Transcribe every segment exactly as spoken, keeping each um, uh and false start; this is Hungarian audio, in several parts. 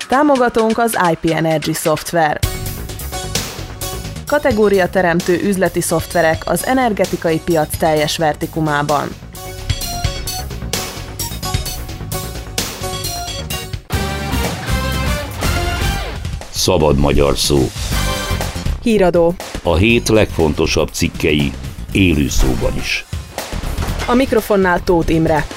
Támogatónk az i pé Energy Software. Kategória teremtő üzleti szoftverek az energetikai piac teljes vertikumában. Szabad magyar szó. Híradó. A hét legfontosabb cikkei élő szóban is. A mikrofonnál Tóth Imre.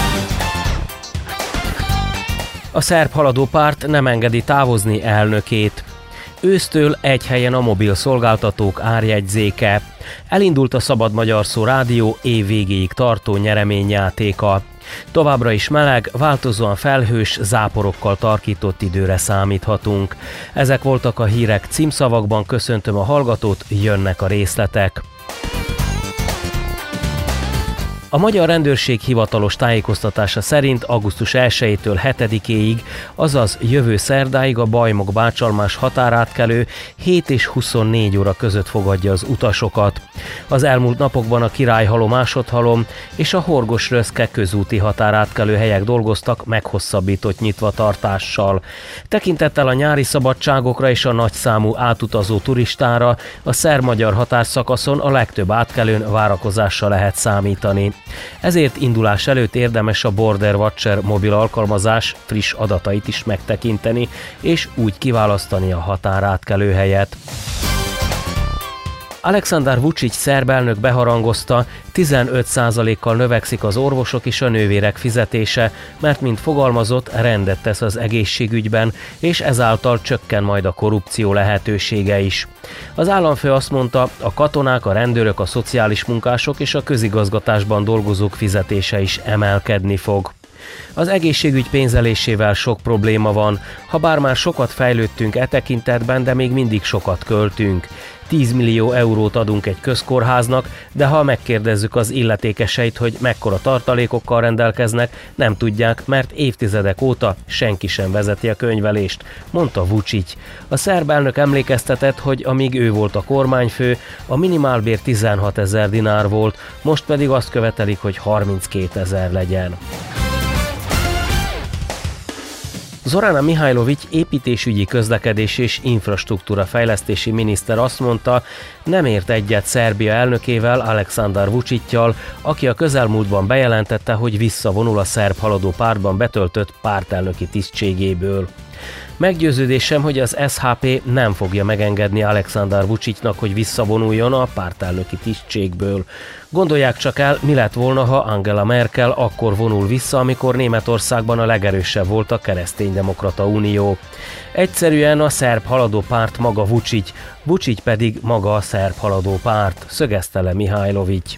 A szerb haladó párt nem engedi távozni elnökét. Ősztől egy helyen a mobil szolgáltatók árjegyzéke. Elindult a Szabad Magyar Szó Rádió év végéig tartó nyereményjátéka. Továbbra is meleg, változóan felhős, záporokkal tarkított időre számíthatunk. Ezek voltak a hírek címszavakban, köszöntöm a hallgatót, jönnek a részletek. A magyar rendőrség hivatalos tájékoztatása szerint augusztus elsejétől hetedikéig, azaz jövő szerdáig a Bajmok-Bácsalmás határátkelő hét és huszonnégy óra között fogadja az utasokat. Az elmúlt napokban a Királyhalom, Másodhalom és a Horgos-Röszke közúti határátkelő helyek dolgoztak meghosszabbított nyitvatartással. Tekintettel a nyári szabadságokra és a nagyszámú átutazó turistára a szerb-magyar határszakaszon a legtöbb átkelőn várakozásra lehet számítani. Ezért indulás előtt érdemes a Border Watcher mobil alkalmazás friss adatait is megtekinteni, és úgy kiválasztani a határátkelő helyet. Alexander Vučić szerb elnök beharangozta, tizenöt százalékkal növekszik az orvosok és a nővérek fizetése, mert mint fogalmazott, rendet tesz az egészségügyben, és ezáltal csökken majd a korrupció lehetősége is. Az államfő azt mondta, a katonák, a rendőrök, a szociális munkások és a közigazgatásban dolgozók fizetése is emelkedni fog. Az egészségügy pénzelésével sok probléma van, ha bár már sokat fejlődtünk e tekintetben, de még mindig sokat költünk. tíz millió eurót adunk egy közkórháznak, de ha megkérdezzük az illetékeseit, hogy mekkora tartalékokkal rendelkeznek, nem tudják, mert évtizedek óta senki sem vezeti a könyvelést, mondta Vučić. A szerb elnök emlékeztetett, hogy amíg ő volt a kormányfő, a minimálbér tizenhatezer dinár volt, most pedig azt követelik, hogy harminckétezer legyen. Zorana Mihajlović építésügyi, közlekedés és infrastruktúra fejlesztési miniszter azt mondta, nem ért egyet Szerbia elnökével, Aleksandar Vučićjal, aki a közelmúltban bejelentette, hogy visszavonul a szerb haladó pártban betöltött pártelnöki tisztségéből. Meggyőződésem, hogy az es há pé nem fogja megengedni Aleksandar Vučićnak, hogy visszavonuljon a pártelnöki tisztségből. Gondolják csak el, mi lett volna, ha Angela Merkel akkor vonul vissza, amikor Németországban a legerősebb volt a Kereszténydemokrata Unió. Egyszerűen a szerb haladó párt maga Vučić, Vučić pedig maga a szerb haladó párt, szögezte le Mihajlović.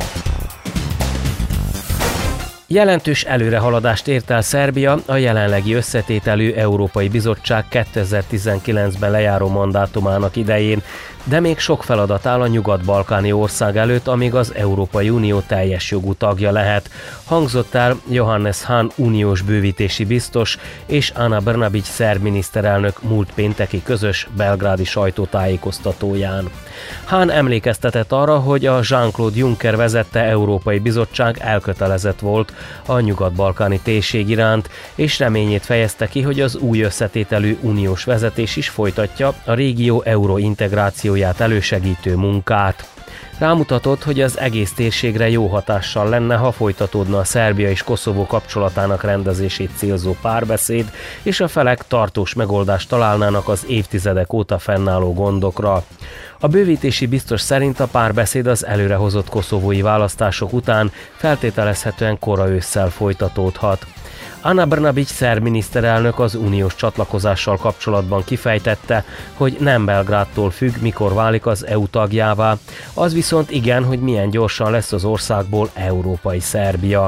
Jelentős előrehaladást ért el Szerbia a jelenlegi összetételű Európai Bizottság kétezer-tizenkilencben lejáró mandátumának idején, de még sok feladat áll a nyugat-balkáni ország előtt, amíg az Európai Unió teljes jogú tagja lehet, hangzott el Johannes Hahn uniós bővítési biztos és Ana Brnabić szerb miniszterelnök múlt pénteki közös belgrádi sajtótájékoztatóján. Hahn emlékeztetett arra, hogy a Jean-Claude Juncker vezette Európai Bizottság elkötelezett volt a nyugat-balkáni térség iránt, és reményét fejezte ki, hogy az új összetételű uniós vezetés is folytatja a régió eurointegrációját elősegítő munkát. Rámutatott, hogy az egész térségre jó hatással lenne, ha folytatódna a Szerbia és Koszovó kapcsolatának rendezését célzó párbeszéd, és a felek tartós megoldást találnának az évtizedek óta fennálló gondokra. A bővítési biztos szerint a párbeszéd az előrehozott koszovói választások után feltételezhetően kora ősszel folytatódhat. Ana Brnabić szerb miniszterelnök az uniós csatlakozással kapcsolatban kifejtette, hogy nem Belgrádtól függ, mikor válik az é u tagjává, az viszont igen, hogy milyen gyorsan lesz az országból európai Szerbia.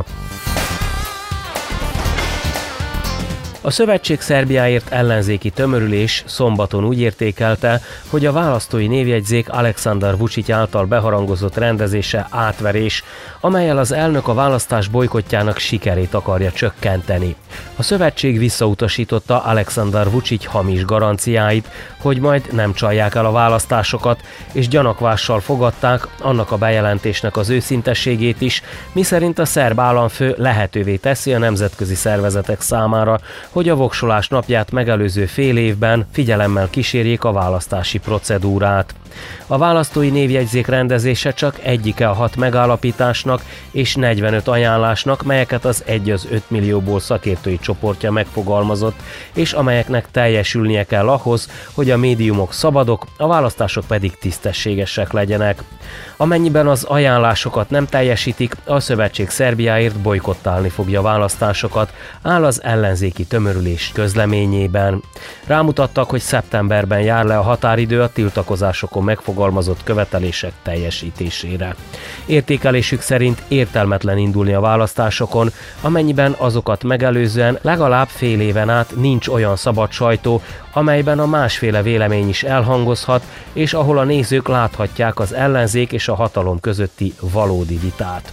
A Szövetség Szerbiáért ellenzéki tömörülés szombaton úgy értékelte, hogy a választói névjegyzék Aleksandar Vučić által beharangozott rendezése átverés, amellyel az elnök a választás bojkottjának sikerét akarja csökkenteni. A szövetség visszautasította Alexander Vučić hamis garanciáit, hogy majd nem csalják el a választásokat, és gyanakvással fogadták annak a bejelentésnek az őszintességét is, miszerint a szerb államfő lehetővé teszi a nemzetközi szervezetek számára, hogy a voksolás napját megelőző fél évben figyelemmel kísérjék a választási procedúrát. A választói névjegyzék rendezése csak egyike a hat megállapításnak és negyvenöt ajánlásnak, melyeket az egy az öt millióból szakértői csoportja megfogalmazott, és amelyeknek teljesülnie kell ahhoz, hogy a médiumok szabadok, a választások pedig tisztességesek legyenek. Amennyiben az ajánlásokat nem teljesítik, a szövetség Szerbiáért bojkottálni fogja a választásokat, áll az ellenzéki tömörülés közleményében. Rámutattak, hogy szeptemberben jár le a határidő a tiltakozásokon megfogalmazott követelések teljesítésére. Értékelésük szerint értelmetlen indulni a választásokon, amennyiben azokat megelőzően legalább fél éven át nincs olyan szabad sajtó, amelyben a másféle vélemény is elhangozhat, és ahol a nézők láthatják az ellenzék és a hatalom közötti valódi vitát.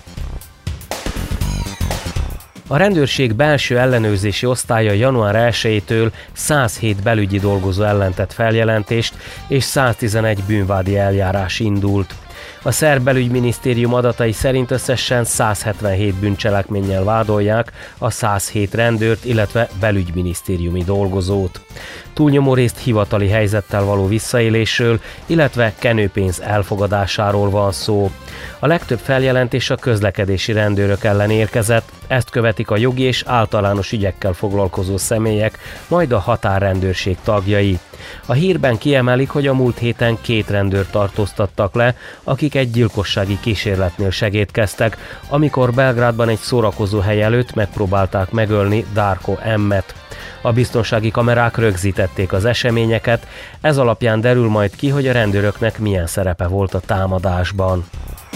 A rendőrség belső ellenőrzési osztálya január elsejétől százhét belügyi dolgozó ellen tett feljelentést, és száztizenegy bűnvádi eljárás indult. A szerb belügyminisztérium adatai szerint összesen százhetvenhét bűncselekménnyel vádolják a százhét rendőrt, illetve belügyminisztériumi dolgozót. Túlnyomó részt hivatali helyzettel való visszaélésről, illetve kenőpénz elfogadásáról van szó. A legtöbb feljelentés a közlekedési rendőrök ellen érkezett, ezt követik a jogi és általános ügyekkel foglalkozó személyek, majd a határrendőrség tagjai. A hírben kiemelik, hogy a múlt héten két rendőrt tartóztattak le, akik egy gyilkossági kísérletnél segédkeztek, amikor Belgrádban egy szórakozóhely előtt megpróbálták megölni Darko M-et. A biztonsági kamerák rögzítették az eseményeket, ez alapján derül majd ki, hogy a rendőröknek milyen szerepe volt a támadásban.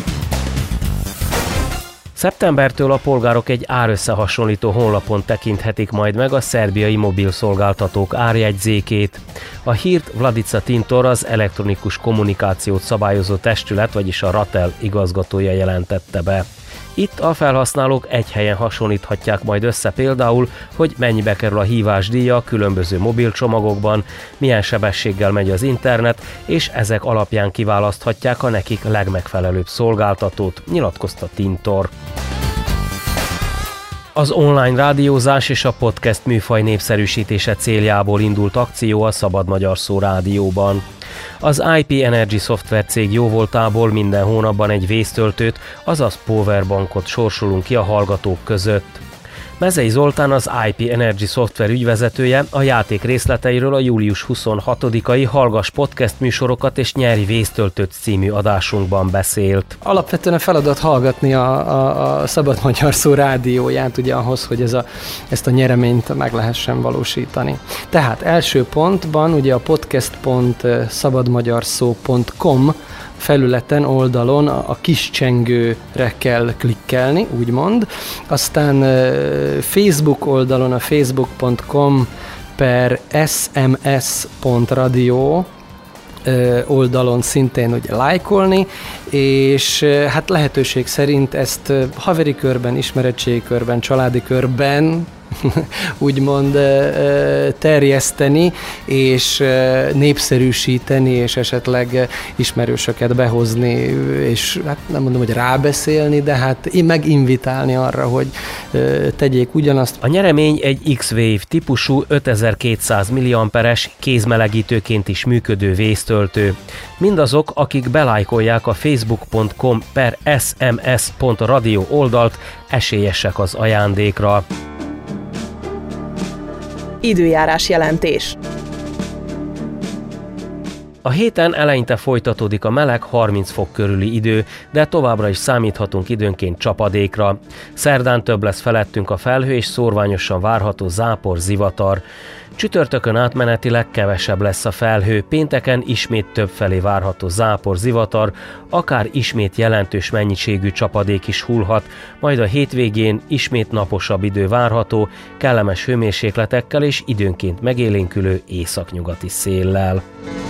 Szeptembertől a polgárok egy árösszehasonlító honlapon tekinthetik majd meg a szerbiai mobilszolgáltatók árjegyzékét. A hírt Vladica Tintor, az elektronikus kommunikációt szabályozó testület, vagyis a RATEL igazgatója jelentette be. Itt a felhasználók egy helyen hasonlíthatják majd össze például, hogy mennyibe kerül a hívásdíja a különböző mobilcsomagokban, milyen sebességgel megy az internet, és ezek alapján kiválaszthatják a nekik legmegfelelőbb szolgáltatót, nyilatkozta Tintor. Az online rádiózás és a podcast műfaj népszerűsítése céljából indult akció a Szabad Magyar Szó Rádióban. Az i pé Energy szoftver cég jóvoltából minden hónapban egy vésztöltőt, azaz powerbankot sorsolunk ki a hallgatók között. Mezei Zoltán, az i pé Energy szoftver ügyvezetője a játék részleteiről a július huszonhatodikai Hallgass podcast műsorokat és nyeri vésztöltőt című adásunkban beszélt. Alapvetően a feladat hallgatni a, a, a Szabad Magyar Szó rádióját, ugye ahhoz, hogy ez a, ezt a nyereményt meg lehessen valósítani. Tehát első pontban ugye a podcast pont szabadmagyarszó pont com felületen, oldalon a kis csengőre kell klikkelni, úgymond. Aztán Facebook oldalon a facebook pont com per sms pont radio oldalon szintén ugye lájkolni, és hát lehetőség szerint ezt haveri körben, ismeretségi körben, családi körben úgymond terjeszteni, és népszerűsíteni, és esetleg ismerősöket behozni, és hát nem mondom, hogy rábeszélni, de hát meginvitálni arra, hogy tegyék ugyanazt. A nyeremény egy X-Wave típusú ötezer-kétszáz milliamperes kézmelegítőként is működő vésztöltő. Mindazok, akik belájkolják a facebook pont com per sms pont radio oldalt, esélyesek az ajándékra. Időjárás jelentés. A héten eleinte folytatódik a meleg harminc fok körüli idő, de továbbra is számíthatunk időnként csapadékra. Szerdán több lesz felettünk a felhő, és szórványosan várható zápor, zivatar. Csütörtökön átmenetileg kevesebb lesz a felhő, pénteken ismét többfelé várható zápor, zivatar, akár ismét jelentős mennyiségű csapadék is hullhat, majd a hétvégén ismét naposabb idő várható, kellemes hőmérsékletekkel és időnként megélénkülő északnyugati széllel.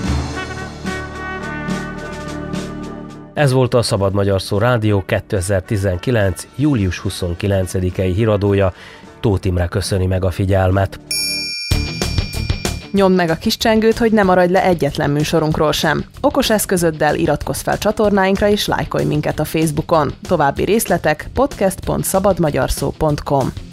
Ez volt a Szabad Magyar Szó Rádió kétezer-tizenkilenc. július huszonkilencedikei híradója. Tóth Imre köszöni meg a figyelmet. Nyomd meg a kis csengőt, hogy ne maradj le egyetlen műsorunkról sem. Okos eszközöddel iratkozz fel csatornáinkra és lájkolj minket a Facebookon. További részletek podcast pont szabadmagyarszó pont com.